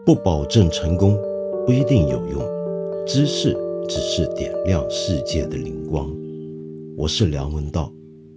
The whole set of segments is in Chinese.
不保证成功，不一定有用。知识只是点亮世界的灵光。我是梁文道。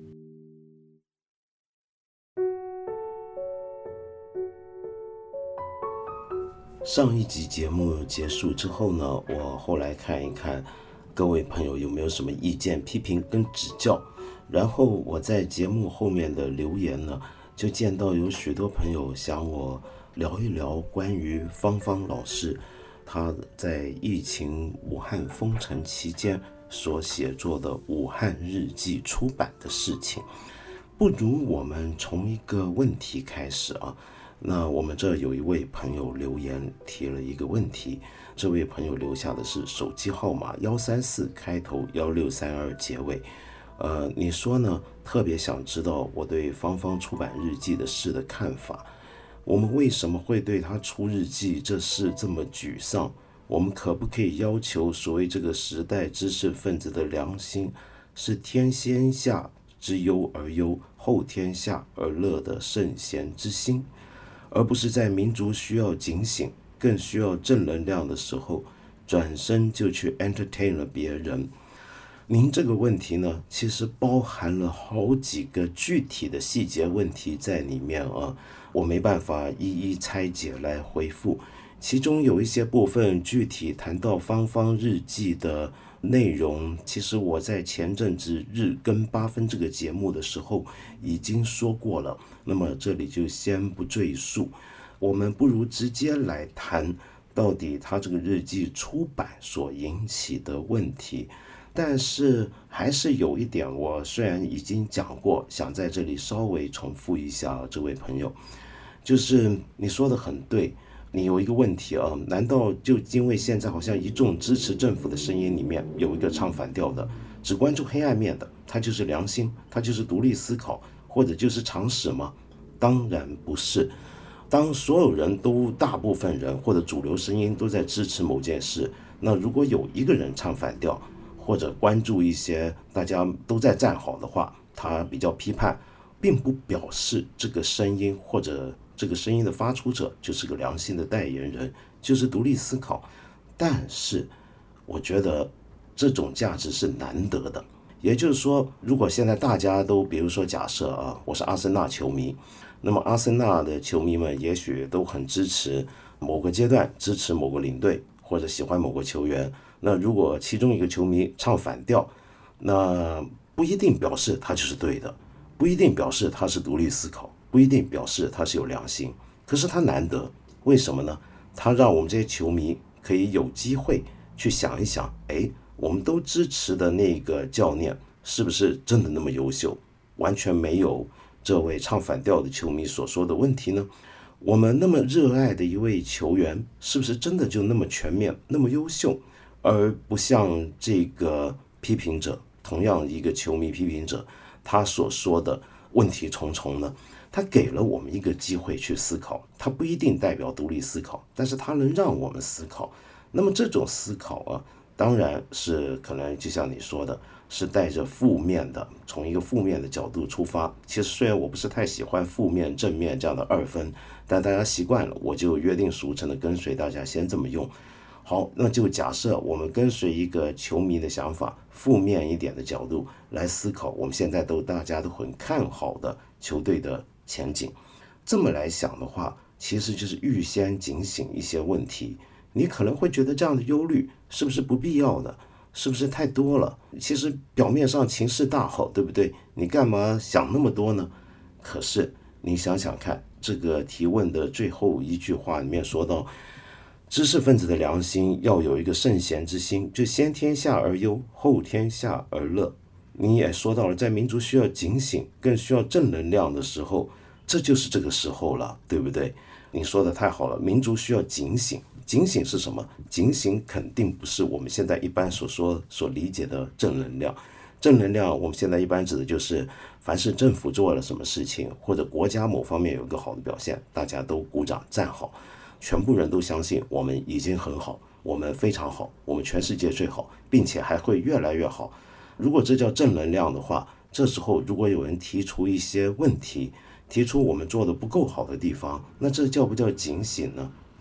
上一集节目结束之后呢，我后来看一看各位朋友有没有什么意见、批评跟指教。然后我在节目后面的留言呢，就见到有许多朋友想我聊一聊关于芳芳老师他在疫情武汉封城期间所写作的《武汉日记》出版的事情。不如我们从一个问题开始啊。那我们这有一位朋友留言提了一个问题，这位朋友留下的是手机号码134开头1632结尾。你说呢？特别想知道我对芳芳出版日记的事的看法。我们为什么会对他出日记这事这么沮丧？我们可不可以要求所谓这个时代知识分子的良心是天先下之忧而忧，后天下而乐的圣贤之心，而不是在民族需要警醒更需要正能量的时候转身就去 entertain 了别人？您这个问题呢，其实包含了好几个具体的细节问题在里面啊，我没办法一一拆解来回复。其中有一些部分具体谈到芳芳日记的内容，其实我在前阵子日更8分这个节目的时候已经说过了，那么这里就先不赘述。我们不如直接来谈到底他这个日记出版所引起的问题。但是还是有一点，我虽然已经讲过，想在这里稍微重复一下。这位朋友，就是你说的很对，你有一个问题啊，难道就因为现在好像一众支持政府的声音里面有一个唱反调的，只关注黑暗面的，他就是良心，他就是独立思考，或者就是常识吗？当然不是。当所有人都大部分人或者主流声音都在支持某件事，那如果有一个人唱反调，或者关注一些大家都在站好的话，他比较批判，并不表示这个声音或者这个声音的发出者就是个良心的代言人，就是独立思考。但是我觉得这种价值是难得的。也就是说，如果现在大家都比如说假设啊，我是阿森纳球迷，那么阿森纳的球迷们也许都很支持某个阶段，支持某个领队，或者喜欢某个球员。那如果其中一个球迷唱反调，那不一定表示他就是对的，不一定表示他是独立思考，不一定表示他是有良心。可是他难得，为什么呢？他让我们这些球迷可以有机会去想一想，我们都支持的那个教练是不是真的那么优秀，完全没有这位唱反调的球迷所说的问题呢？我们那么热爱的一位球员，是不是真的就那么全面，那么优秀？而不像这个批评者，同样一个球迷批评者，他所说的问题重重呢？他给了我们一个机会去思考，他不一定代表独立思考，但是他能让我们思考。那么这种思考啊，当然是可能就像你说的，是带着负面的，从一个负面的角度出发。其实虽然我不是太喜欢负面正面这样的2分，但大家习惯了，我就约定俗成的跟随大家先这么用。好，那就假设我们跟随一个球迷的想法，负面一点的角度来思考我们现在大家都很看好的球队的前景。这么来想的话，其实就是预先警醒一些问题。你可能会觉得这样的忧虑是不是不必要的，是不是太多了？其实表面上情势大好，对不对？你干嘛想那么多呢？可是你想想看，这个提问的最后一句话里面说到，知识分子的良心要有一个圣贤之心，就先天下而忧，后天下而乐。你也说到了，在民族需要警醒更需要正能量的时候，这就是这个时候了，对不对？你说的太好了，民族需要警醒。警醒是什么？警醒肯定不是我们现在一般所理解的正能量。正能量我们现在一般指的就是凡是政府做了什么事情，或者国家某方面有一个好的表现，大家都鼓掌赞好，全部人都相信我们已经很好，我们非常好，我们全世界最好，并且还会越来越好。如果这叫正能量的话，这时候如果有人提出一些问题，提出我们做的不够好的地方，那这叫不叫警醒呢？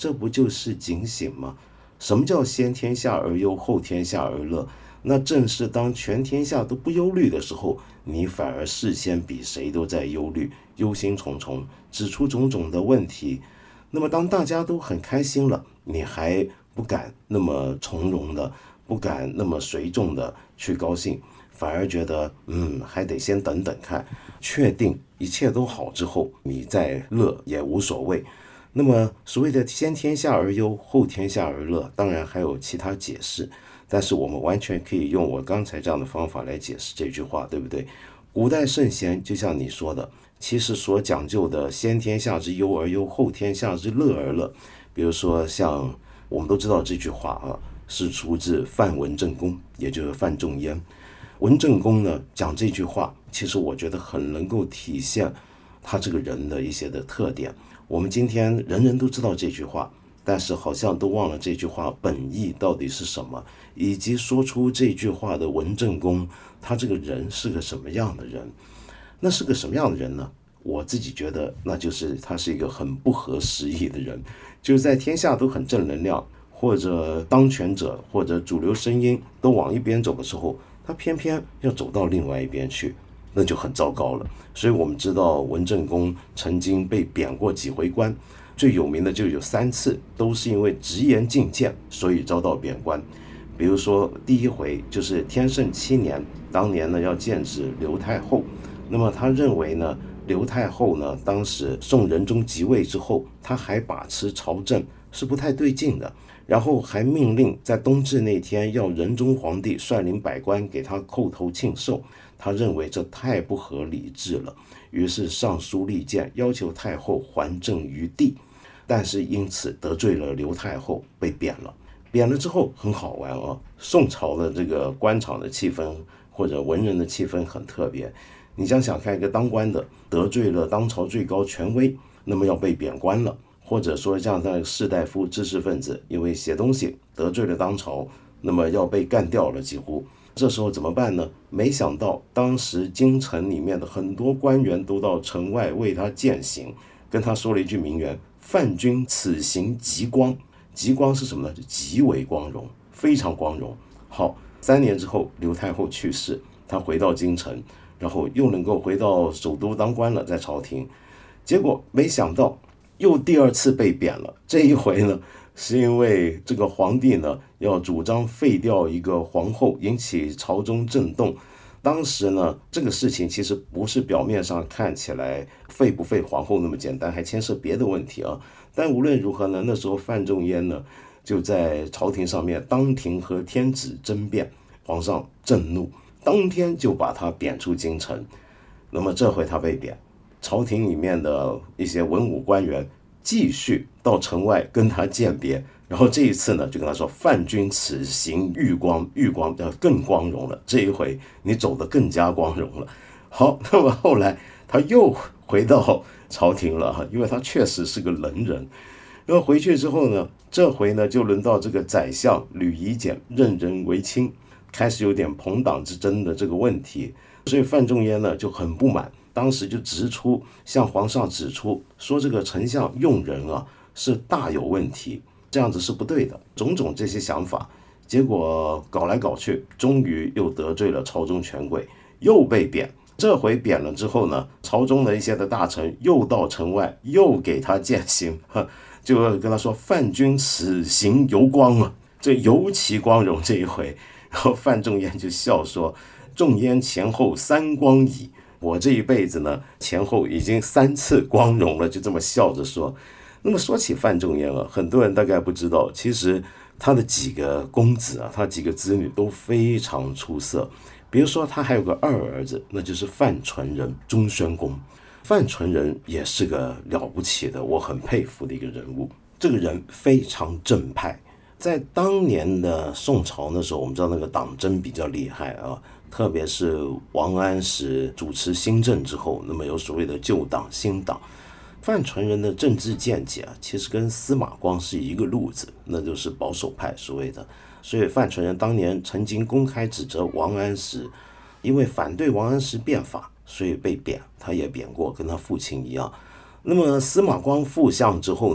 这不就是警醒吗？什么叫先天下而忧，后天下而乐？那正是当全天下都不忧虑的时候，你反而事先比谁都在忧虑，忧心忡忡，指出种种的问题。那么当大家都很开心了，你还不敢那么从容的，不敢那么随众的去高兴，反而觉得还得先等等看，确定一切都好之后，你再乐也无所谓。那么所谓的先天下而忧，后天下而乐，当然还有其他解释，但是我们完全可以用我刚才这样的方法来解释这句话，对不对？古代圣贤就像你说的，其实所讲究的先天下之忧而忧，后天下之乐而乐，比如说像我们都知道这句话是出自范文正公，也就是范仲淹。文正公呢讲这句话，其实我觉得很能够体现他这个人的一些的特点。我们今天人人都知道这句话，但是好像都忘了这句话本意到底是什么，以及说出这句话的文正公，他这个人是个什么样的人。那是个什么样的人呢？我自己觉得那就是他是一个很不合时宜的人，就是在天下都很正能量，或者当权者或者主流声音都往一边走的时候，他偏偏要走到另外一边去，那就很糟糕了。所以我们知道文正公曾经被贬过几回官，最有名的就有3次，都是因为直言进谏，所以遭到贬官。比如说第一回就是天圣7年，当年呢要建制刘太后，那么他认为呢刘太后呢当时宋仁宗即位之后，他还把持朝政是不太对劲的，然后还命令在冬至那天要仁宗皇帝率领百官给他叩头庆寿，他认为这太不合理制了，于是上书立谏，要求太后还政于地，但是因此得罪了刘太后，被贬了。贬了之后很好玩宋朝的这个官场的气氛或者文人的气氛很特别。你想想看，一个当官的得罪了当朝最高权威，那么要被贬官了，或者说像那个士大夫知识分子因为写东西得罪了当朝，那么要被干掉了几乎。这时候怎么办呢？没想到当时京城里面的很多官员都到城外为他饯行，跟他说了一句名言：范君此行极光。极光是什么呢？就极为光荣，非常光荣。好，3年之后刘太后去世，他回到京城，然后又能够回到首都当官了，在朝廷。结果没想到又第2次被贬了。这一回呢，是因为这个皇帝呢要主张废掉一个皇后，引起朝中震动。当时呢，这个事情其实不是表面上看起来废不废皇后那么简单，还牵涉别的问题但无论如何呢，那时候范仲淹呢就在朝廷上面当庭和天子争辩，皇上震怒，当天就把他贬出京城。那么这回他被贬，朝廷里面的一些文武官员继续到城外跟他鉴别，然后这一次呢就跟他说：范君此行愈光，更光荣了，这一回你走得更加光荣了。好，那么后来他又回到朝廷了，因为他确实是个能人。然后回去之后呢，这回呢就轮到这个宰相吕夷简任人为卿，开始有点朋党之争的这个问题。所以范仲淹呢就很不满，当时就向皇上指出说，这个丞相用人是大有问题，这样子是不对的，种种这些想法。结果搞来搞去，终于又得罪了朝中权贵，又被贬。这回贬了之后呢，朝中的一些的大臣又到城外，又给他践行，就跟他说：范君此行尤光这尤其光荣这一回。然后范仲淹就笑说：仲淹前后3光矣，我这一辈子呢前后已经3次光荣了，就这么笑着说。那么说起范仲淹很多人大概不知道，其实他的几个公子他几个子女都非常出色。比如说他还有个2儿子，那就是范纯仁，中宣公。范纯仁也是个了不起的，我很佩服的一个人物。这个人非常正派，在当年的宋朝那时候，我们知道那个党争比较厉害特别是王安石主持新政之后，那么有所谓的旧党新党。范纯仁的政治见解其实跟司马光是一个路子，那就是保守派所谓的。所以范纯仁当年曾经公开指责王安石，因为反对王安石变法，所以被贬，他也贬过，跟他父亲一样。那么司马光复相之后呢，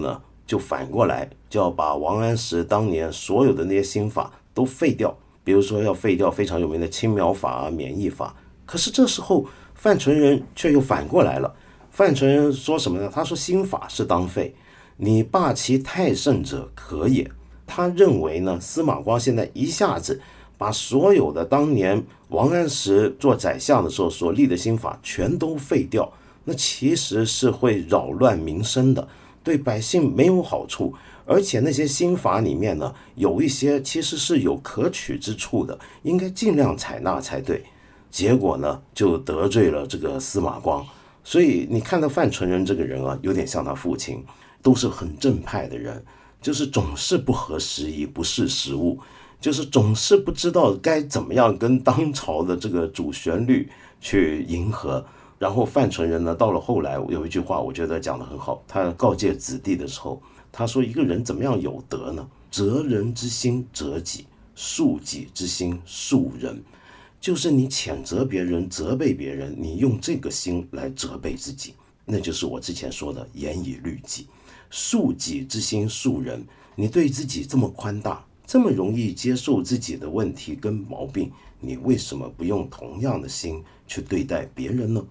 就反过来就要把王安石当年所有的那些新法都废掉，比如说要废掉非常有名的青苗法啊、免疫法。可是这时候范纯仁却又反过来了，范纯仁说什么呢？他说新法是当废，你罢其太甚者可也。他认为呢，司马光现在一下子把所有的当年王安石做宰相的时候所立的新法全都废掉，那其实是会扰乱民生的，对百姓没有好处。而且那些新法里面呢，有一些其实是有可取之处的，应该尽量采纳才对。结果呢，就得罪了这个司马光。所以你看到范纯仁这个人啊，有点像他父亲，都是很正派的人，就是总是不合时宜，不识时务，就是总是不知道该怎么样跟当朝的这个主旋律去迎合。然后范纯仁呢，到了后来有一句话，我觉得讲得很好。他告诫子弟的时候，他说一个人怎么样有德呢？责人之心责己，恕己之心恕人。就是你谴责别人、责备别人，你用这个心来责备自己，那就是我之前说的严以律己。恕己之心恕人，你对自己这么宽大，这么容易接受自己的问题跟毛病，你为什么不用同样的心去对待别人呢？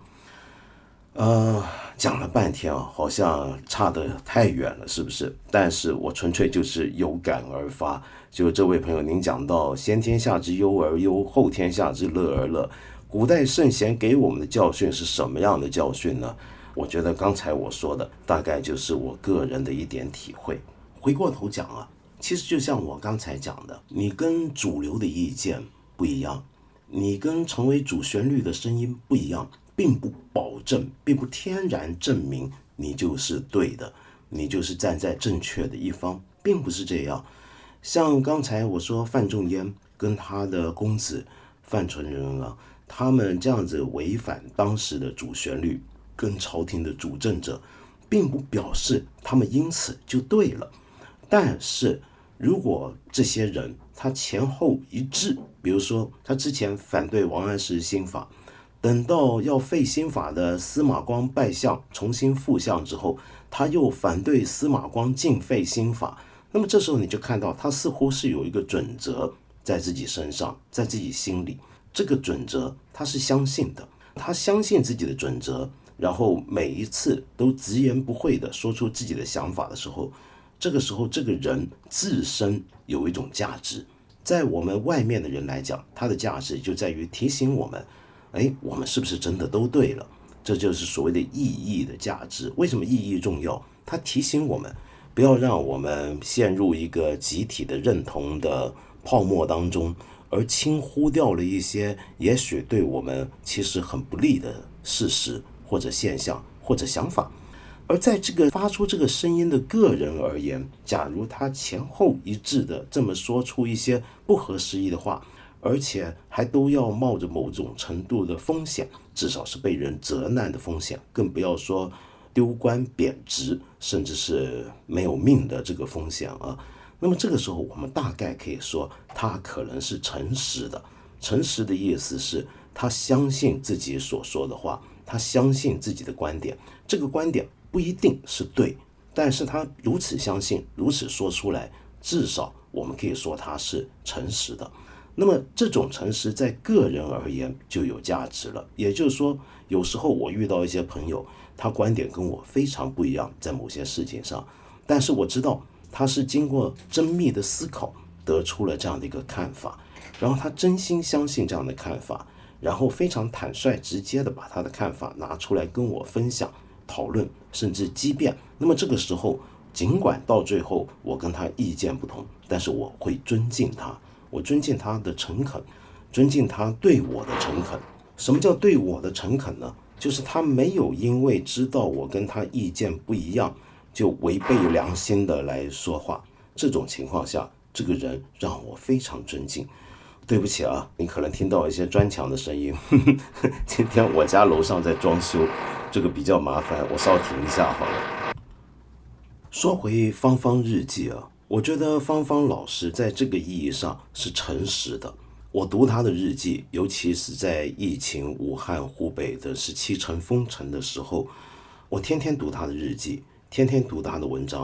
讲了半天啊，好像差得太远了，是不是？但是我纯粹就是有感而发。就这位朋友，您讲到先天下之忧而忧，后天下之乐而乐，古代圣贤给我们的教训是什么样的教训呢？我觉得刚才我说的大概就是我个人的一点体会。回过头讲啊，其实就像我刚才讲的，你跟主流的意见不一样，你跟成为主旋律的声音不一样，并不保证，并不天然证明你就是对的，你就是站在正确的一方，并不是这样。像刚才我说范仲淹跟他的公子范纯仁啊，他们这样子违反当时的主旋律跟朝廷的主政者，并不表示他们因此就对了。但是如果这些人他前后一致，比如说他之前反对王安石新法，等到要废新法的司马光拜相重新复相之后，他又反对司马光禁废新法，那么这时候你就看到他似乎是有一个准则在自己身上，在自己心里，这个准则他是相信的，他相信自己的准则，然后每一次都直言不讳地说出自己的想法的时候，这个时候这个人自身有一种价值。在我们外面的人来讲，他的价值就在于提醒我们，我们是不是真的都对了？这就是所谓的意义的价值。为什么意义重要？它提醒我们不要让我们陷入一个集体的认同的泡沫当中，而轻忽掉了一些也许对我们其实很不利的事实或者现象或者想法。而在这个发出这个声音的个人而言，假如他前后一致的这么说出一些不合时宜的话，而且还都要冒着某种程度的风险，至少是被人责难的风险，更不要说丢官贬职，甚至是没有命的这个风险啊。那么这个时候我们大概可以说他可能是诚实的。诚实的意思是他相信自己所说的话，他相信自己的观点，这个观点不一定是对，但是他如此相信，如此说出来，至少我们可以说他是诚实的。那么这种诚实在个人而言就有价值了。也就是说，有时候我遇到一些朋友，他观点跟我非常不一样，在某些事情上，但是我知道他是经过缜密的思考得出了这样的一个看法，然后他真心相信这样的看法，然后非常坦率直接的把他的看法拿出来跟我分享讨论，甚至激辩。那么这个时候，尽管到最后我跟他意见不同，但是我会尊敬他，我尊敬他的诚恳，尊敬他对我的诚恳。什么叫对我的诚恳呢？就是他没有因为知道我跟他意见不一样，就违背良心的来说话。这种情况下，这个人让我非常尊敬。对不起啊，你可能听到一些砖墙的声音，今天我家楼上在装修，这个比较麻烦，我稍停一下好了。说回芳芳日记啊，我觉得芳芳老师在这个意义上是诚实的。我读他的日记，尤其是在疫情武汉、湖北的17城封城的时候，我天天读他的日记，天天读他的文章。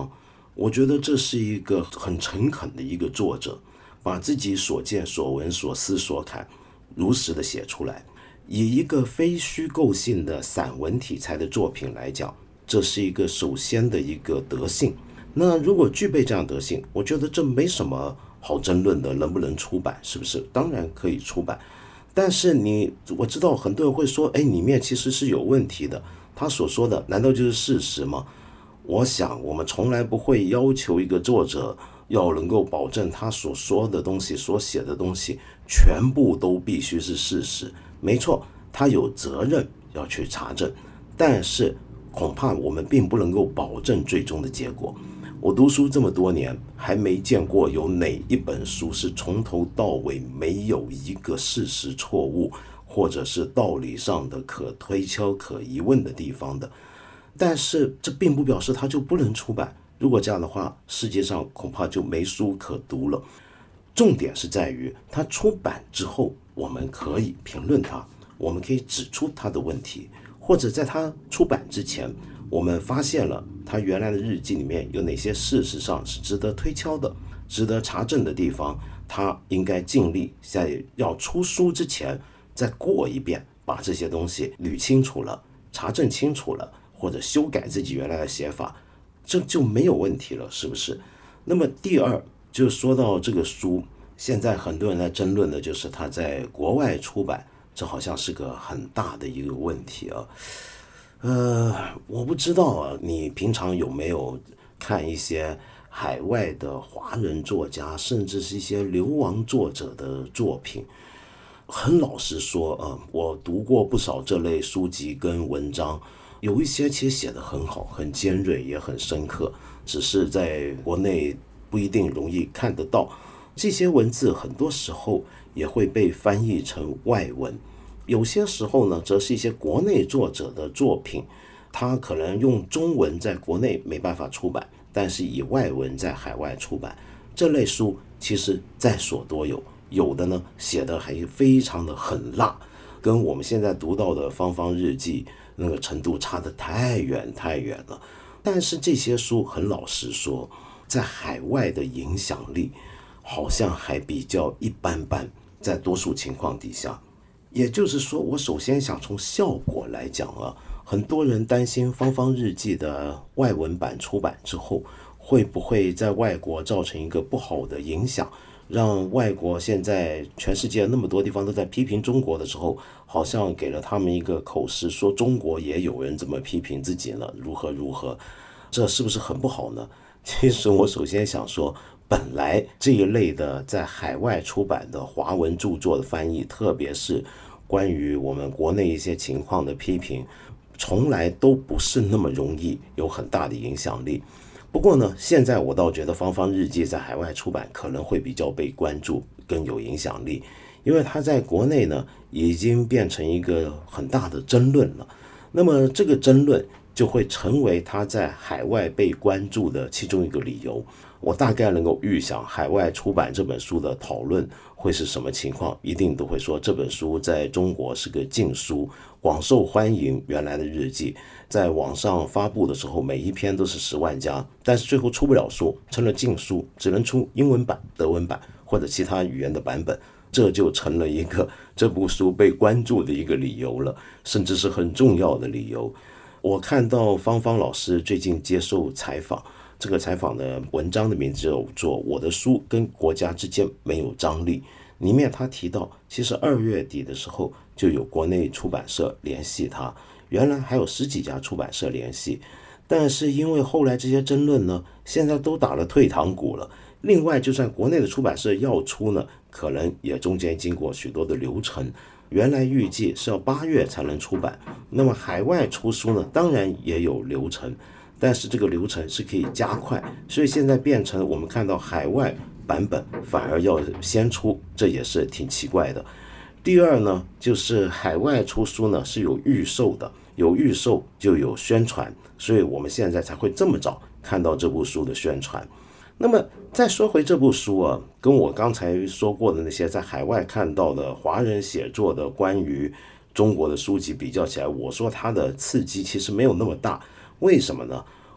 我觉得这是一个很诚恳的一个作者，把自己所见所闻所思所感如实的写出来。以一个非虚构性的散文题材的作品来讲，这是一个首先的一个德性。那如果具备这样德性，我觉得这没什么好争论的，能不能出版，是不是？当然可以出版。但是我知道很多人会说，里面其实是有问题的，他所说的难道就是事实吗？我想我们从来不会要求一个作者要能够保证他所说的东西所写的东西全部都必须是事实。没错，他有责任要去查证，但是恐怕我们并不能够保证最终的结果。我读书这么多年，还没见过有哪一本书是从头到尾没有一个事实错误，或者是道理上的可推敲可疑问的地方的。但是这并不表示它就不能出版，如果这样的话，世界上恐怕就没书可读了。重点是在于它出版之后，我们可以评论它，我们可以指出它的问题，或者在它出版之前，我们发现了他原来的日记里面有哪些事实上是值得推敲的、值得查证的地方，他应该尽力在要出书之前再过一遍，把这些东西捋清楚了、查证清楚了，或者修改自己原来的写法，这就没有问题了，是不是？那么第二，就说到这个书，现在很多人在争论的就是他在国外出版，这好像是个很大的一个问题啊。我不知道啊，你平常有没有看一些海外的华人作家，甚至是一些流亡作者的作品？很老实说，我读过不少这类书籍跟文章，有一些其实写得很好，很尖锐，也很深刻，只是在国内不一定容易看得到。这些文字很多时候也会被翻译成外文。有些时候呢，则是一些国内作者的作品，他可能用中文在国内没办法出版，但是以外文在海外出版。这类书其实在所多有，有的呢写的还非常的很辣，跟我们现在读到的芳芳日记那个程度差得太远太远了。但是这些书很老实说，在海外的影响力好像还比较一般般，在多数情况底下。也就是说，我首先想从效果来讲啊，很多人担心芳芳日记的外文版出版之后，会不会在外国造成一个不好的影响，让外国现在全世界那么多地方都在批评中国的时候，好像给了他们一个口实，说中国也有人这么批评自己了，如何如何，这是不是很不好呢？其实我首先想说，本来这一类的在海外出版的华文著作的翻译，特别是关于我们国内一些情况的批评，从来都不是那么容易有很大的影响力。不过呢，现在我倒觉得芳芳日记在海外出版可能会比较被关注，更有影响力，因为它在国内呢已经变成一个很大的争论了。那么这个争论就会成为他在海外被关注的其中一个理由。我大概能够预想海外出版这本书的讨论会是什么情况，一定都会说这本书在中国是个禁书，广受欢迎。原来的日记在网上发布的时候，每一篇都是10万加，但是最后出不了书，成了禁书，只能出英文版、德文版或者其他语言的版本。这就成了一个这部书被关注的一个理由了，甚至是很重要的理由。我看到芳芳老师最近接受采访，这个采访的文章的名字叫做《我的书跟国家之间没有张力》，里面他提到，其实2月底的时候就有国内出版社联系他，原来还有10几家出版社联系，但是因为后来这些争论呢，现在都打了退堂鼓了。另外，就算国内的出版社要出呢，可能也中间经过许多的流程。原来预计是要8月才能出版，那么海外出书呢，当然也有流程，但是这个流程是可以加快，所以现在变成我们看到海外版本反而要先出，这也是挺奇怪的。第二呢，就是海外出书呢是有预售的，有预售就有宣传，所以我们现在才会这么早看到这部书的宣传。那么再说回这部书啊，跟我刚才说过的那些在海外看到的华人写作的关于中国的书籍比较起来，我说它的刺激其实没有那么大。为什么呢？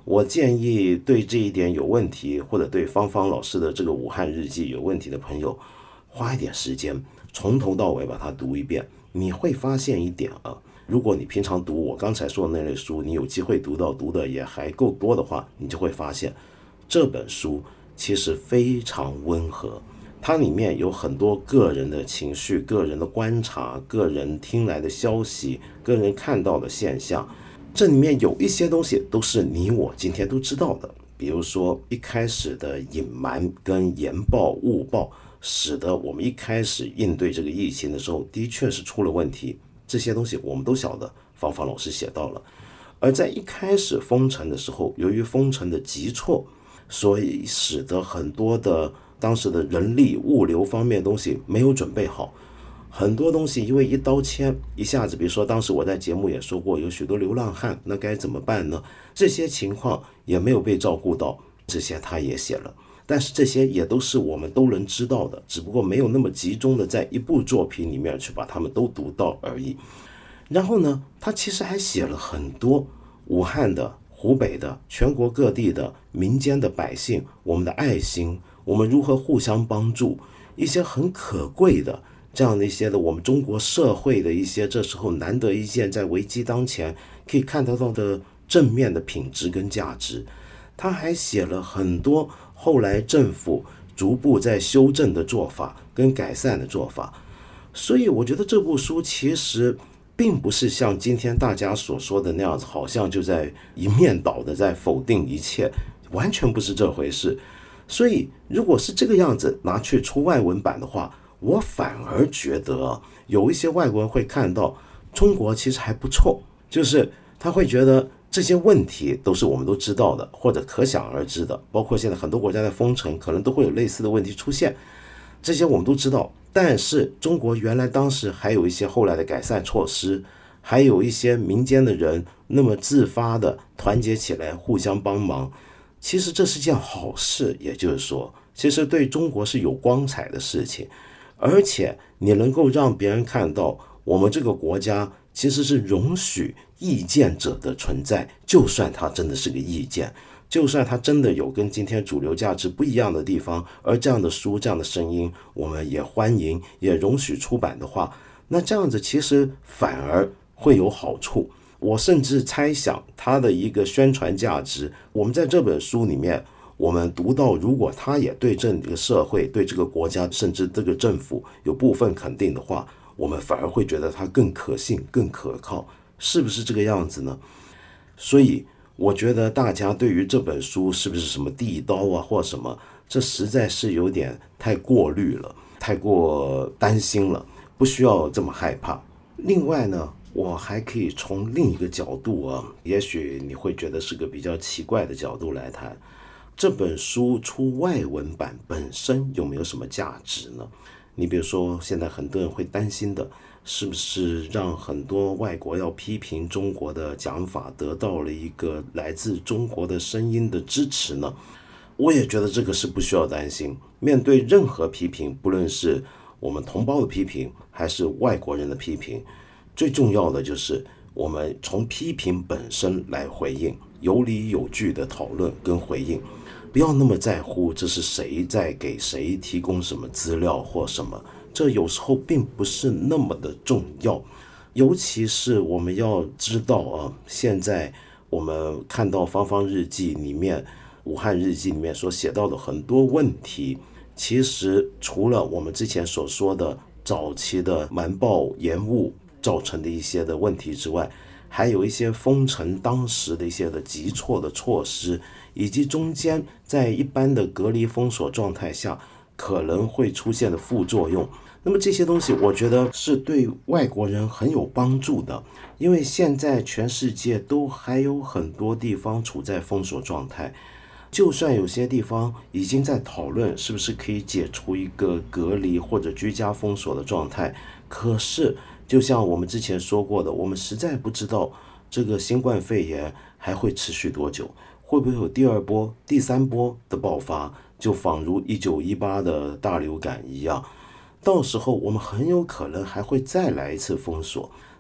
我建议对这一点有问题，或者对芳芳老师的这个武汉日记有问题的朋友，花一点时间从头到尾把它读一遍，你会发现一点啊。如果你平常读我刚才说的那类书，你有机会读的也还够多的话，你就会发现这本书其实非常温和，它里面有很多个人的情绪、个人的观察、个人听来的消息、个人看到的现象，这里面有一些东西都是你我今天都知道的，比如说一开始的隐瞒跟言报误报，使得我们一开始应对这个疫情的时候的确是出了问题，这些东西我们都晓得，芳芳老师写到了。而在一开始封城的时候，由于封城的急措，所以使得很多的当时的人力物流方面的东西没有准备好，很多东西因为一刀切，一下子比如说当时我在节目也说过，有许多流浪汉，那该怎么办呢？这些情况也没有被照顾到，这些他也写了，但是这些也都是我们都能知道的，只不过没有那么集中的在一部作品里面去把它们都读到而已。然后呢，他其实还写了很多武汉的、湖北的、全国各地的民间的百姓，我们的爱心，我们如何互相帮助，一些很可贵的这样的一些的我们中国社会的一些这时候难得一见在危机当前可以看得到的正面的品质跟价值。他还写了很多后来政府逐步在修正的做法跟改善的做法，所以我觉得这部书其实并不是像今天大家所说的那样子，好像就在一面倒的在否定一切，完全不是这回事。所以如果是这个样子拿去出外文版的话，我反而觉得有一些外国人会看到中国其实还不错，就是他会觉得这些问题都是我们都知道的，或者可想而知的，包括现在很多国家的封城可能都会有类似的问题出现，这些我们都知道。但是中国原来当时还有一些后来的改善措施，还有一些民间的人那么自发的团结起来互相帮忙，其实这是件好事，也就是说其实对中国是有光彩的事情，而且你能够让别人看到我们这个国家其实是容许意见者的存在，就算他真的是个意见，就算他真的有跟今天主流价值不一样的地方，而这样的书这样的声音我们也欢迎也容许出版的话，那这样子其实反而会有好处。我甚至猜想他的一个宣传价值，我们在这本书里面我们读到，如果他也对这个社会对这个国家甚至这个政府有部分肯定的话，我们反而会觉得它更可信更可靠，是不是这个样子呢？所以我觉得大家对于这本书是不是什么地刀啊或什么，这实在是有点太过虑了，太过担心了，不需要这么害怕。另外呢，我还可以从另一个角度啊，也许你会觉得是个比较奇怪的角度来谈，这本书出外文版本身有没有什么价值呢？你比如说现在很多人会担心的，是不是让很多外国要批评中国的讲法得到了一个来自中国的声音的支持呢？我也觉得这个是不需要担心。面对任何批评，不论是我们同胞的批评还是外国人的批评，最重要的就是我们从批评本身来回应，有理有据的讨论跟回应，不要那么在乎这是谁在给谁提供什么资料或什么，这有时候并不是那么的重要。尤其是我们要知道啊，现在我们看到芳芳日记里面、武汉日记里面所写到的很多问题，其实除了我们之前所说的早期的瞒报延误造成的一些的问题之外，还有一些封城当时的一些的急措的措施，以及中间在一般的隔离封锁状态下可能会出现的副作用。那么这些东西我觉得是对外国人很有帮助的，因为现在全世界都还有很多地方处在封锁状态，就算有些地方已经在讨论是不是可以解除一个隔离或者居家封锁的状态，可是就像我们之前说过的，我们实在不知道这个新冠肺炎还会持续多久，会不会有第二波、第三波的爆发，就仿如1918的大流感一样，到时候我们很有可能还会再来一次封锁。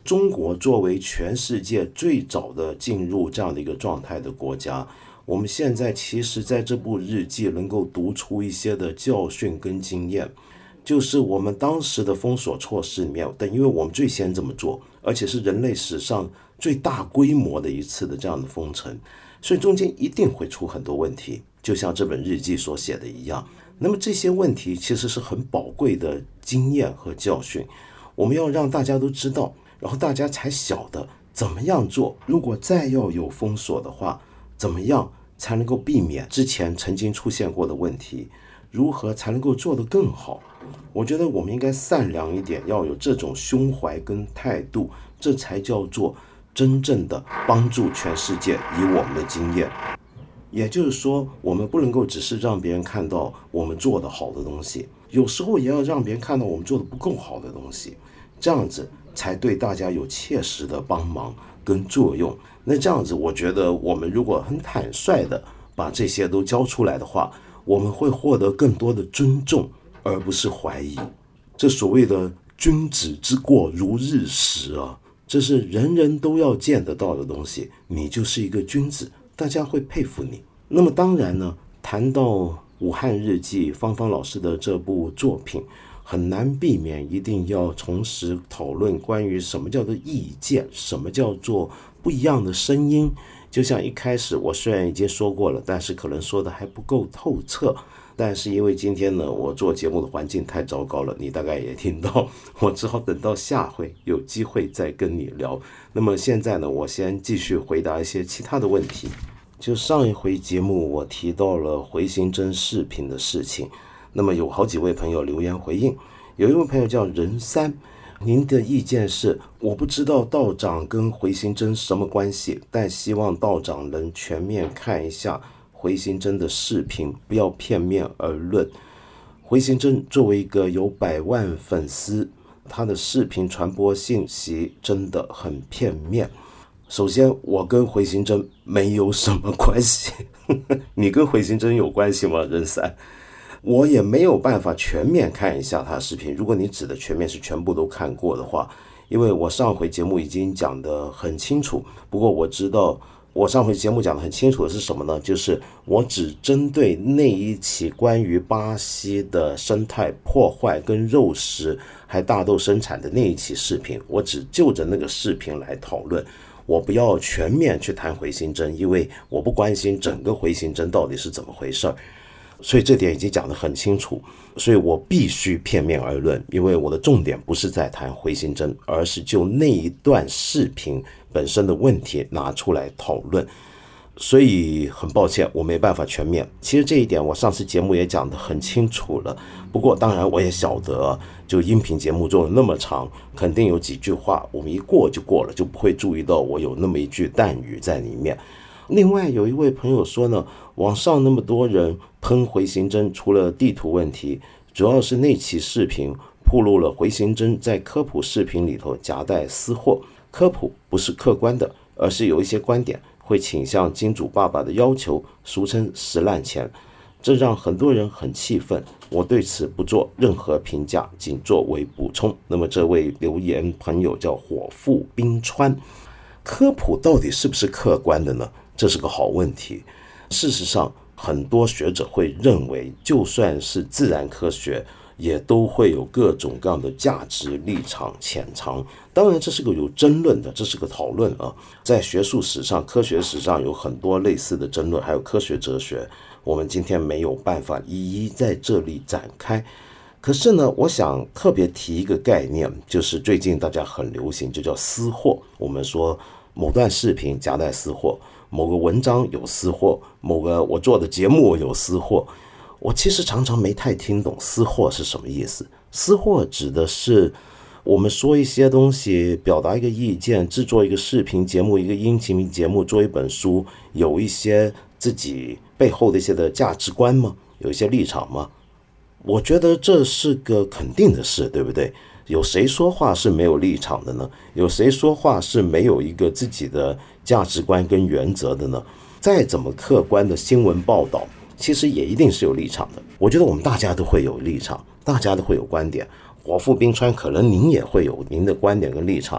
中国作为全世界最早的进入这样的一个状态的国家，我们现在其实在这部日记能够读出一些的教训跟经验，就是我们当时的封锁措施里面，但因为我们最先这么做，而且是人类史上最大规模的一次的这样的封城，所以中间一定会出很多问题，就像这本日记所写的一样。那么这些问题其实是很宝贵的经验和教训，我们要让大家都知道，然后大家才晓得怎么样做，如果再要有封锁的话，怎么样才能够避免之前曾经出现过的问题，如何才能够做得更好。我觉得我们应该善良一点，要有这种胸怀跟态度，这才叫做真正的帮助全世界，以我们的经验。也就是说，我们不能够只是让别人看到我们做的好的东西，有时候也要让别人看到我们做的不够好的东西，这样子才对大家有切实的帮忙跟作用。那这样子，我觉得我们如果很坦率的把这些都交出来的话，我们会获得更多的尊重，而不是怀疑。这所谓的君子之过如日食啊，这是人人都要见得到的东西，你就是一个君子，大家会佩服你。那么当然呢，谈到武汉日记，芳芳老师的这部作品，很难避免一定要重拾讨论关于什么叫做意见，什么叫做不一样的声音。就像一开始我虽然已经说过了，但是可能说的还不够透彻，但是因为今天呢，我做节目的环境太糟糕了，你大概也听到，我只好等到下回有机会再跟你聊。那么现在呢，我先继续回答一些其他的问题。就上一回节目我提到了回形针视频的事情，那么有好几位朋友留言回应。有一位朋友叫人三，您的意见是，我不知道道长跟回形针什么关系，但希望道长能全面看一下回形针的视频，不要片面而论。回形针作为一个有100万粉丝，他的视频传播信息真的很片面。首先，我跟回形针没有什么关系你跟回形针有关系吗？人三，我也没有办法全面看一下他的视频。如果你指的全面是全部都看过的话，因为我上回节目已经讲得很清楚。不过我知道我上回节目讲得很清楚的是什么呢？就是我只针对那一期关于巴西的生态破坏跟肉食还大豆生产的那一期视频，我只就着那个视频来讨论。我不要全面去谈回形针，因为我不关心整个回形针到底是怎么回事，所以这点已经讲得很清楚。所以我必须片面而论，因为我的重点不是在谈回形针，而是就那一段视频本身的问题拿出来讨论。所以很抱歉，我没办法全面。其实这一点我上次节目也讲得很清楚了，不过当然我也晓得，就音频节目做了那么长，肯定有几句话我们一过就过了，就不会注意到我有那么一句淡语在里面。另外有一位朋友说呢，网上那么多人喷回形针，除了地图问题，主要是那期视频暴露了回形针在科普视频里头夹带私货。科普不是客观的，而是有一些观点会倾向金主爸爸的要求，俗称石烂钱，这让很多人很气愤。我对此不做任何评价，仅作为补充。那么这位留言朋友叫火富冰川，科普到底是不是客观的呢？这是个好问题。事实上，很多学者会认为，就算是自然科学，也都会有各种各样的价值立场潜藏。当然这是个有争论的，这是个讨论啊。在学术史上，科学史上有很多类似的争论，还有科学哲学，我们今天没有办法一一在这里展开。可是呢，我想特别提一个概念，就是最近大家很流行，就叫私货。我们说某段视频夹带私货，某个文章有私货，某个我做的节目有私货。我其实常常没太听懂私货是什么意思。私货指的是我们说一些东西，表达一个意见，制作一个视频节目，一个音频节目，做一本书，有一些自己背后的一些的价值观吗？有一些立场吗？我觉得这是个肯定的事，对不对？有谁说话是没有立场的呢？有谁说话是没有一个自己的价值观跟原则的呢？再怎么客观的新闻报道，其实也一定是有立场的。我觉得我们大家都会有立场，大家都会有观点。火富冰川可能您也会有您的观点跟立场，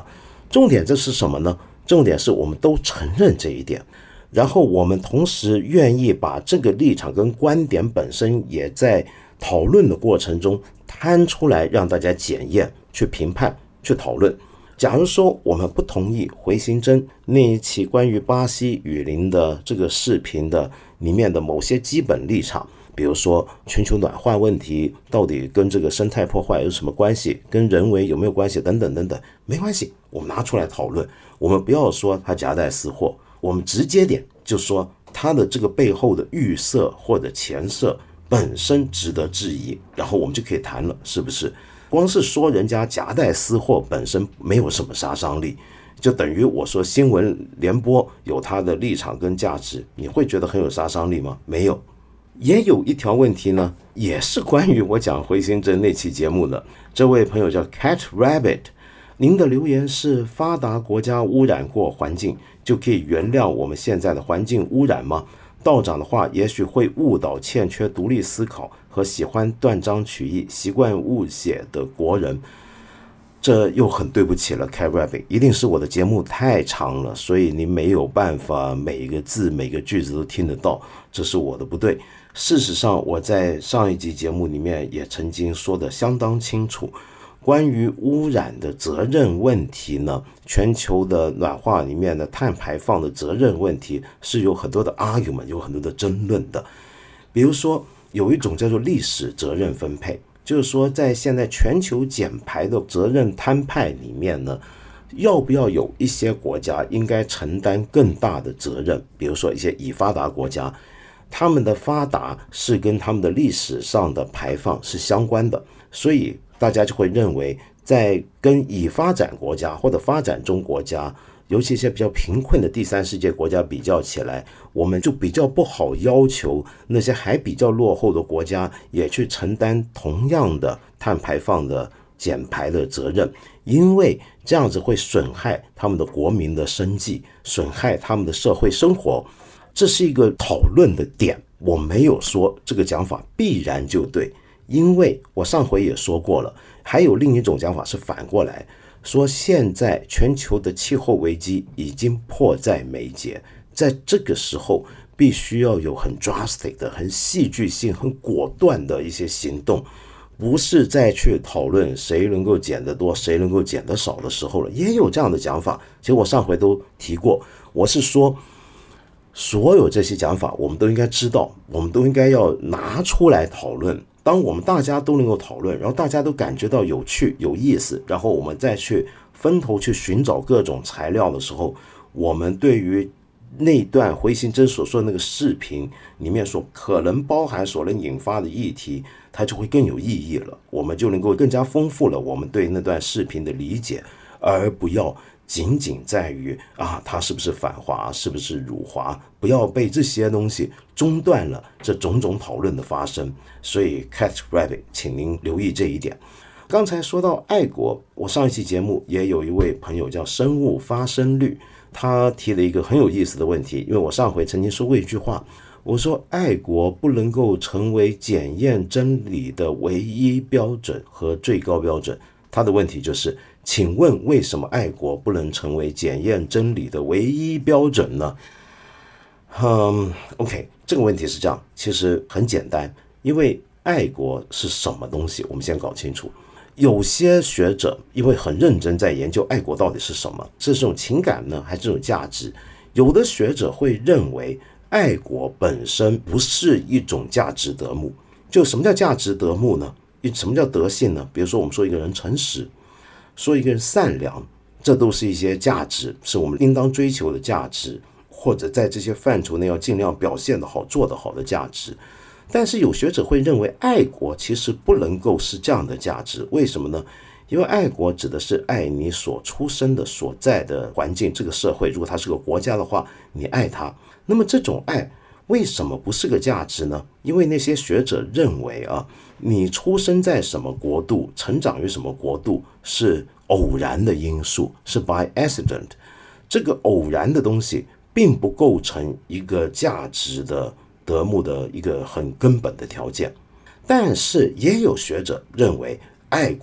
重点这是什么呢？重点是我们都承认这一点，然后我们同时愿意把这个立场跟观点本身也在讨论的过程中摊出来，让大家检验、去评判、去讨论。假如说我们不同意回形针那一期关于巴西雨林的这个视频的里面的某些基本立场，比如说全球暖化问题到底跟这个生态破坏有什么关系，跟人为有没有关系等等等等，没关系，我们拿出来讨论。我们不要说它夹带私货，我们直接点就说它的这个背后的预设或者前设本身值得质疑，然后我们就可以谈了，是不是？光是说人家夹带私货本身没有什么杀伤力，就等于我说新闻联播有它的立场跟价值，你会觉得很有杀伤力吗？没有。也有一条问题呢，也是关于我讲回形针那期节目的。这位朋友叫 Cat Rabbit， 您的留言是发达国家污染过环境就可以原谅我们现在的环境污染吗？道长的话也许会误导欠缺独立思考和喜欢断章取义、习惯误写的国人。这又很对不起了 Cat Rabbit， 一定是我的节目太长了，所以你没有办法每一个字每个句子都听得到，这是我的不对。事实上我在上一集节目里面也曾经说得相当清楚，关于污染的责任问题呢，全球的暖化里面的碳排放的责任问题是有很多的 argument， 有很多的争论的。比如说有一种叫做历史责任分配，就是说在现在全球减排的责任摊派里面呢，要不要有一些国家应该承担更大的责任，比如说一些已发达国家，他们的发达是跟他们的历史上的排放是相关的，所以大家就会认为在跟已发展国家或者发展中国家，尤其一些比较贫困的第三世界国家比较起来，我们就比较不好要求那些还比较落后的国家也去承担同样的碳排放的减排的责任，因为这样子会损害他们的国民的生计，损害他们的社会生活。这是一个讨论的点，我没有说这个讲法必然就对，因为我上回也说过了，还有另一种讲法是反过来说，现在全球的气候危机已经迫在眉睫，在这个时候必须要有很 drastic 的、很戏剧性、很果断的一些行动，不是再去讨论谁能够减得多谁能够减得少的时候了。也有这样的讲法，其实我上回都提过，我是说所有这些讲法我们都应该知道，我们都应该要拿出来讨论。当我们大家都能够讨论，然后大家都感觉到有趣有意思，然后我们再去分头去寻找各种材料的时候，我们对于那段回形针所说的那个视频里面所可能包含所能引发的议题，它就会更有意义了，我们就能够更加丰富了我们对那段视频的理解，而不要仅仅在于它是不是反华，是不是辱华，不要被这些东西中断了这种种讨论的发生。所以 Cat Rabbit 请您留意这一点。刚才说到爱国，我上一期节目也有一位朋友叫生物发生率，他提了一个很有意思的问题，因为我上回曾经说过一句话，我说爱国不能够成为检验真理的唯一标准和最高标准。他的问题就是请问为什么爱国不能成为检验真理的唯一标准呢？OK， 这个问题是这样，其实很简单，因为爱国是什么东西，我们先搞清楚。有些学者因为很认真在研究爱国到底是什么，是这种情感呢，还是这种价值？有的学者会认为爱国本身不是一种价值德目。就什么叫价值德目呢？什么叫德性呢？比如说我们说一个人诚实，说一个人善良，这都是一些价值，是我们应当追求的价值，或者在这些范畴内要尽量表现得好、做得好的价值。但是有学者会认为爱国其实不能够是这样的价值，为什么呢？因为爱国指的是爱你所出生的所在的环境，这个社会，如果它是个国家的话，你爱它，那么这种爱为什么不是个价值呢？因为那些学者认为你出生在什么国度，成长于什么国度是偶然的因素，是 by accident， 这个偶然的东西并不构成一个价值的德目的一个很根本的条件。但是也有学者认为爱国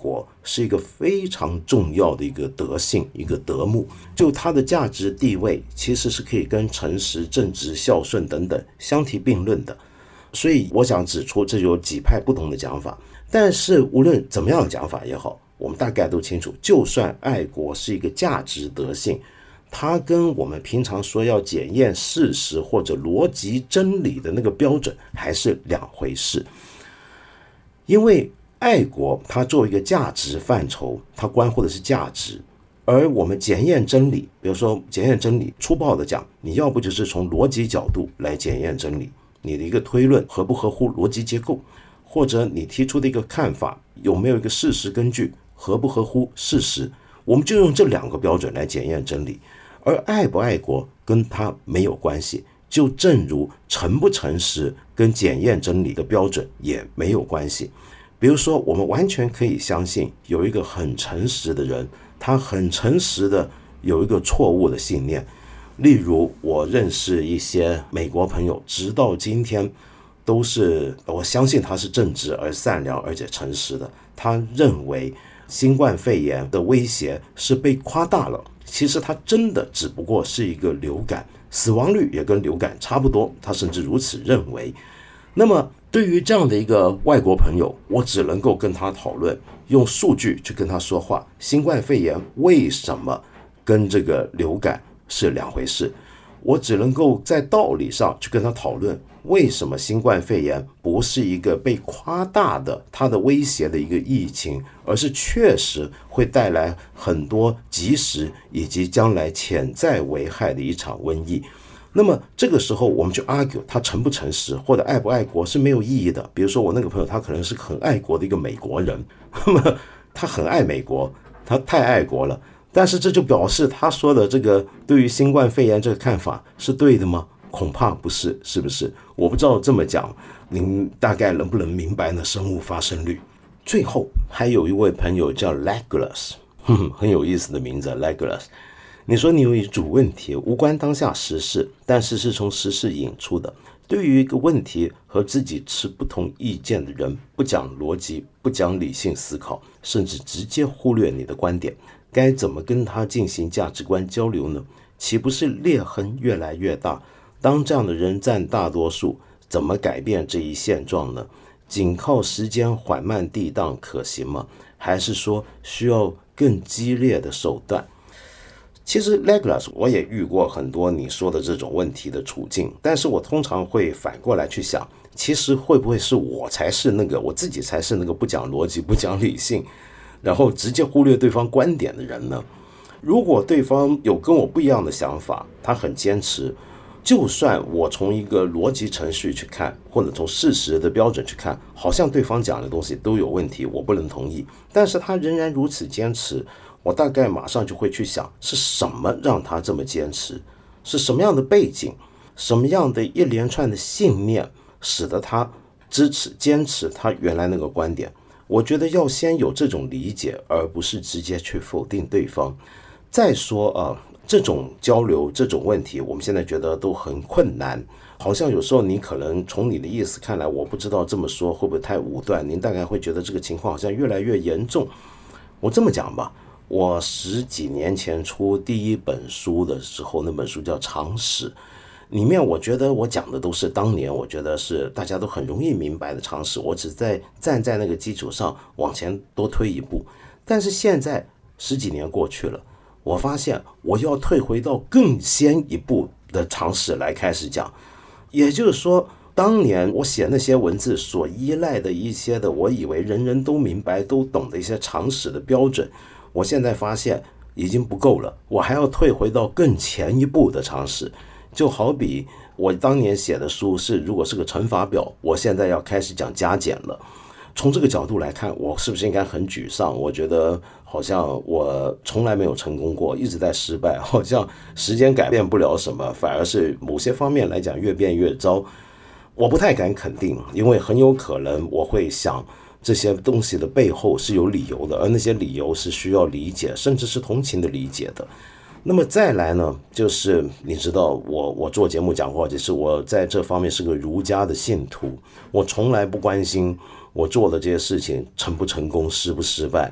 是一个非常重要的一个德性，一个德目，就它的价值地位其实是可以跟诚实、正直、孝顺等等相提并论的。所以我想指出，这有几派不同的讲法，但是无论怎么样的讲法也好，我们大概都清楚，就算爱国是一个价值德性，它跟我们平常说要检验事实或者逻辑真理的那个标准还是两回事。因为爱国它作为一个价值范畴，它关乎的是价值，而我们检验真理，比如说检验真理，粗暴的讲，你要不就是从逻辑角度来检验真理，你的一个推论合不合乎逻辑结构，或者你提出的一个看法有没有一个事实根据，合不合乎事实，我们就用这两个标准来检验真理。而爱不爱国跟它没有关系，就正如诚不诚实跟检验真理的标准也没有关系。比如说，我们完全可以相信有一个很诚实的人，他很诚实的有一个错误的信念。例如，我认识一些美国朋友，直到今天都是，我相信他是正直而善良而且诚实的。他认为新冠肺炎的威胁是被夸大了，其实它真的只不过是一个流感，死亡率也跟流感差不多，他甚至如此认为。那么对于这样的一个外国朋友，我只能够跟他讨论，用数据去跟他说话，新冠肺炎为什么跟这个流感是两回事。我只能够在道理上去跟他讨论，为什么新冠肺炎不是一个被夸大的它的威胁的一个疫情，而是确实会带来很多及时以及将来潜在危害的一场瘟疫。那么这个时候我们去 argue 他诚不诚实或者爱不爱国是没有意义的。比如说我那个朋友，他可能是很爱国的一个美国人，那么他很爱美国，他太爱国了，但是这就表示他说的这个对于新冠肺炎这个看法是对的吗？恐怕不是，是不是？我不知道这么讲您大概能不能明白呢生物发生率。最后还有一位朋友叫 Legolas， 很有意思的名字 Legolas。你说你有一组问题无关当下时事，但是是从时事引出的，对于一个问题和自己持不同意见的人，不讲逻辑，不讲理性思考，甚至直接忽略你的观点，该怎么跟他进行价值观交流呢？岂不是裂痕越来越大？当这样的人占大多数，怎么改变这一现状呢？仅靠时间缓慢递荡可行吗？还是说需要更激烈的手段？其实 Legolas 我也遇过很多你说的这种问题的处境，但是我通常会反过来去想，其实会不会是我才是那个，我自己才是那个不讲逻辑不讲理性，然后直接忽略对方观点的人呢？如果对方有跟我不一样的想法，他很坚持，就算我从一个逻辑程序去看，或者从事实的标准去看，好像对方讲的东西都有问题，我不能同意，但是他仍然如此坚持，我大概马上就会去想，是什么让他这么坚持，是什么样的背景，什么样的一连串的信念使得他支持坚持他原来那个观点。我觉得要先有这种理解，而不是直接去否定对方。再说这种交流这种问题，我们现在觉得都很困难，好像有时候你可能从你的意思看来，我不知道这么说会不会太武断，您大概会觉得这个情况好像越来越严重。我这么讲吧，我10几年前出第一本书的时候，那本书叫《常识》，里面我觉得我讲的都是当年我觉得是大家都很容易明白的常识，我只在站在那个基础上往前多推一步。但是现在10几年过去了，我发现我要退回到更先一步的常识来开始讲。也就是说，当年我写那些文字所依赖的一些的我以为人人都明白都懂的一些常识的标准，我现在发现已经不够了，我还要退回到更前一步的常识。就好比我当年写的书如果是个乘法表，我现在要开始讲加减了。从这个角度来看，我是不是应该很沮丧？我觉得好像我从来没有成功过，一直在失败，好像时间改变不了什么，反而是某些方面来讲越变越糟。我不太敢肯定，因为很有可能我会想这些东西的背后是有理由的，而那些理由是需要理解，甚至是同情的理解的。那么再来呢，就是你知道我做节目讲过，就是我在这方面是个儒家的信徒，我从来不关心我做的这些事情成不成功，失不失败，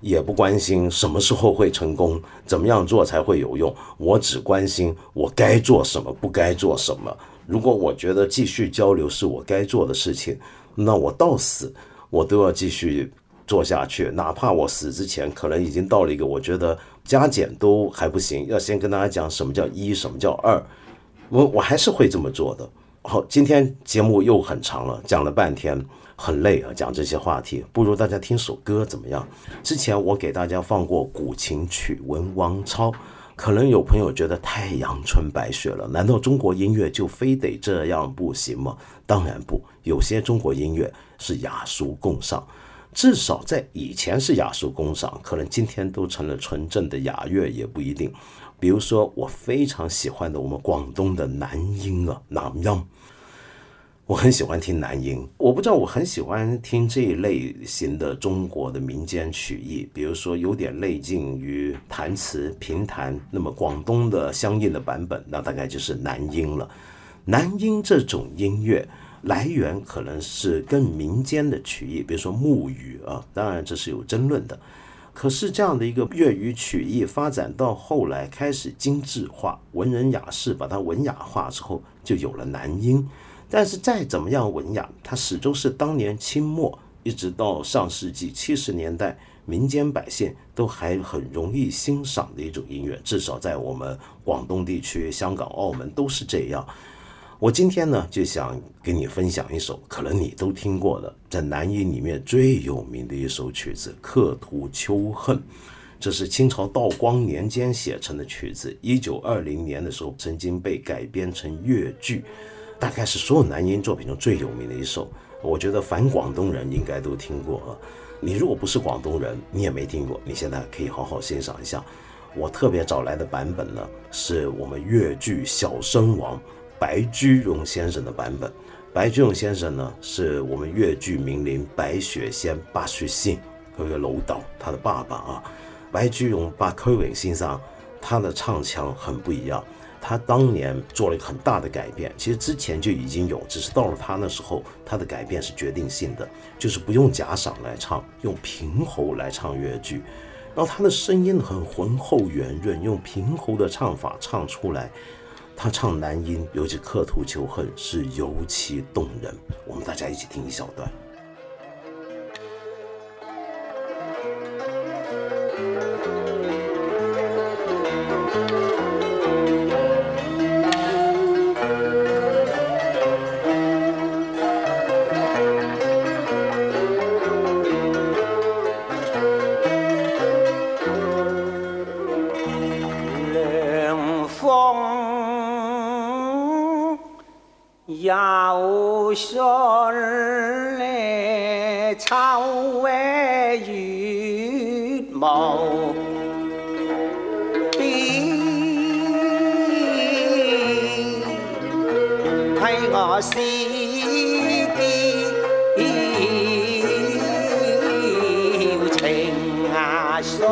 也不关心什么时候会成功，怎么样做才会有用，我只关心我该做什么，不该做什么。如果我觉得继续交流是我该做的事情，那我到死我都要继续做下去，哪怕我死之前可能已经到了一个我觉得加减都还不行，要先跟大家讲什么叫一，什么叫二，我还是会这么做的。好，今天节目又很长了，讲了半天，很累啊，讲这些话题，不如大家听首歌怎么样？之前我给大家放过古琴曲文王超，可能有朋友觉得太阳春白雪了，难道中国音乐就非得这样不行吗？当然不，有些中国音乐是雅俗共赏，至少在以前是雅俗共赏，可能今天都成了纯正的雅乐也不一定。比如说我非常喜欢的我们广东的南音啊，南音，我很喜欢听南音。我不知道，我很喜欢听这一类型的中国的民间曲艺，比如说有点类近于弹词评弹，那么广东的相应的版本，那大概就是南音了。南音这种音乐来源可能是更民间的曲艺，比如说木鱼啊，当然这是有争论的。可是这样的一个粤语曲艺发展到后来开始精致化，文人雅士把它文雅化之后，就有了南音。但是再怎么样文雅，它始终是当年清末一直到上世纪70年代，民间百姓都还很容易欣赏的一种音乐，至少在我们广东地区、香港、澳门都是这样。我今天呢就想给你分享一首可能你都听过的，在南音里面最有名的一首曲子《刻图秋恨》，这是清朝道光年间写成的曲子，1920年的时候曾经被改编成粤剧，大概是所有南音作品中最有名的一首。我觉得凡广东人应该都听过啊。你如果不是广东人，你也没听过，你现在可以好好欣赏一下。我特别找来的版本呢，是我们粤剧小生王白居容先生的版本。白居容先生呢，是我们粤剧名伶白雪仙白雪仙佢嘅老豆，他的爸爸啊。白居容白居容先生，他的唱腔很不一样。他当年做了一个很大的改变，其实之前就已经有，只是到了他那时候，他的改变是决定性的，就是不用假嗓来唱，用平喉来唱粤剧。然后他的声音很浑厚圆润，用平喉的唱法唱出来。他唱南音，尤其《刻图秋恨》是尤其动人。我们大家一起听一小段。 有信嚟秋嘅月無邊，係我思調情啊碎，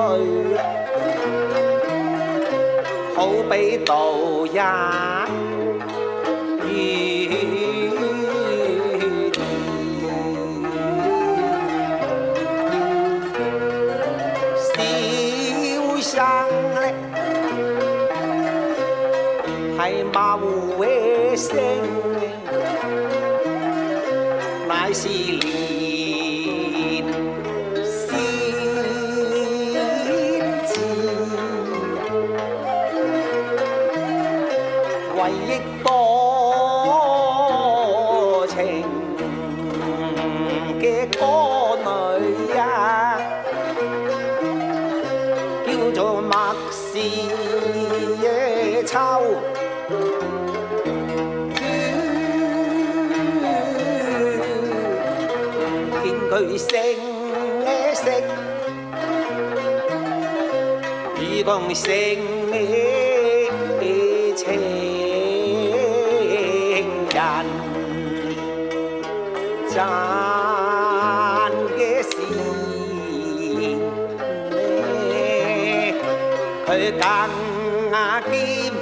好比渡日。係馬戶嘅聲，乃是連先知，為憶多情嘅歌女啊，叫做麥氏野秋。佢聲嘅色，如同聲嘅情人，讚嘅是佢更兼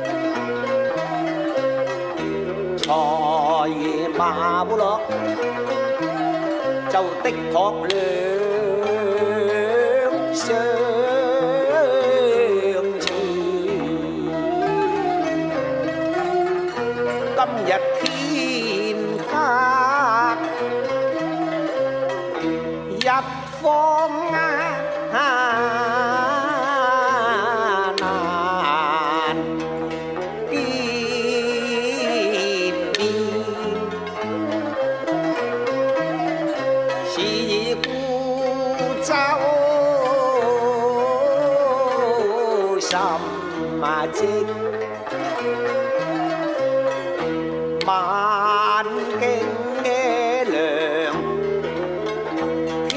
財爺馬不落。就的確兩相處。今日天黑，日放難見面，是故州甚寂。晚景亮，天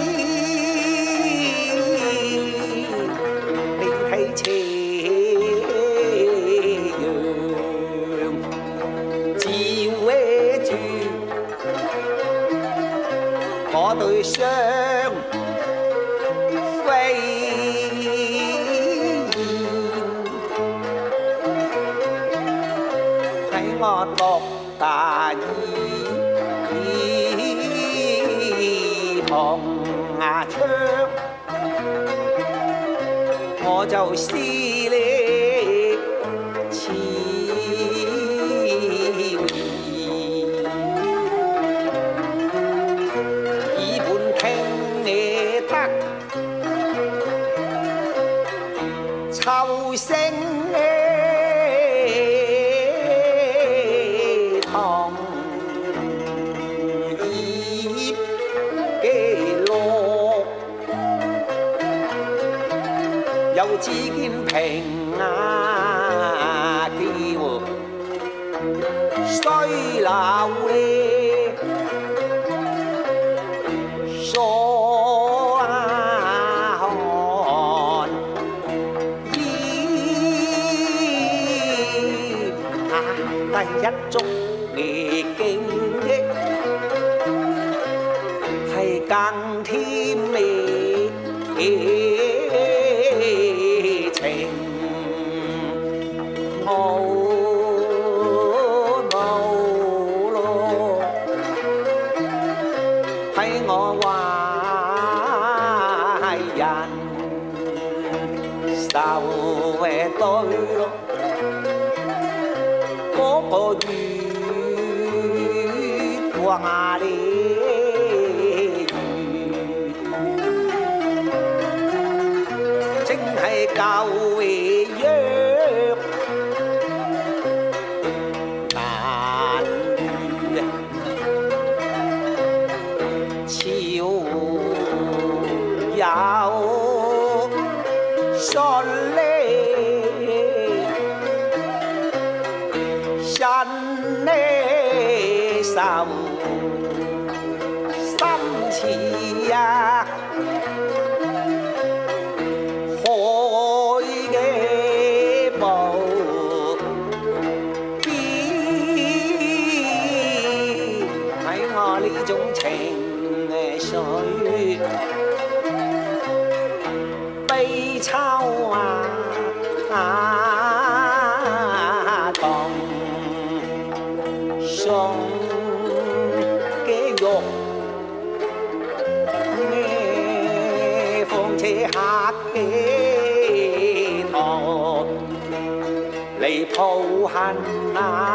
你睇斜陽照住我對雙飛燕，喺我讀大意望窗，我就思你似兒，耳畔聽你得秋聲同葉嘅落，又只見平啊叫衰流咧，傻啊看煙啊第一足嘅經歷係更添美情，冇咯，喺我懷人受嘅對咯，嗰個月話你正係舊嘅約難遇，潮有順利，身呢受心似呀海嘅無邊，喺我呢種情嘅水悲秋啊同送嘅肉咩況且客嘅堂嚟抱恨啊，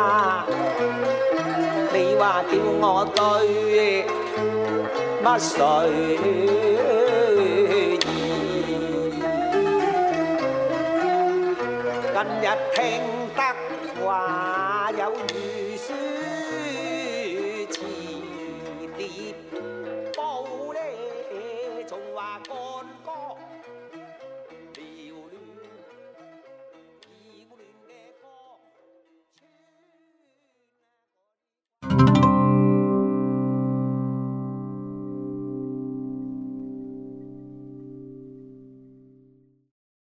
你話叫我對乜誰意？近日聽得話。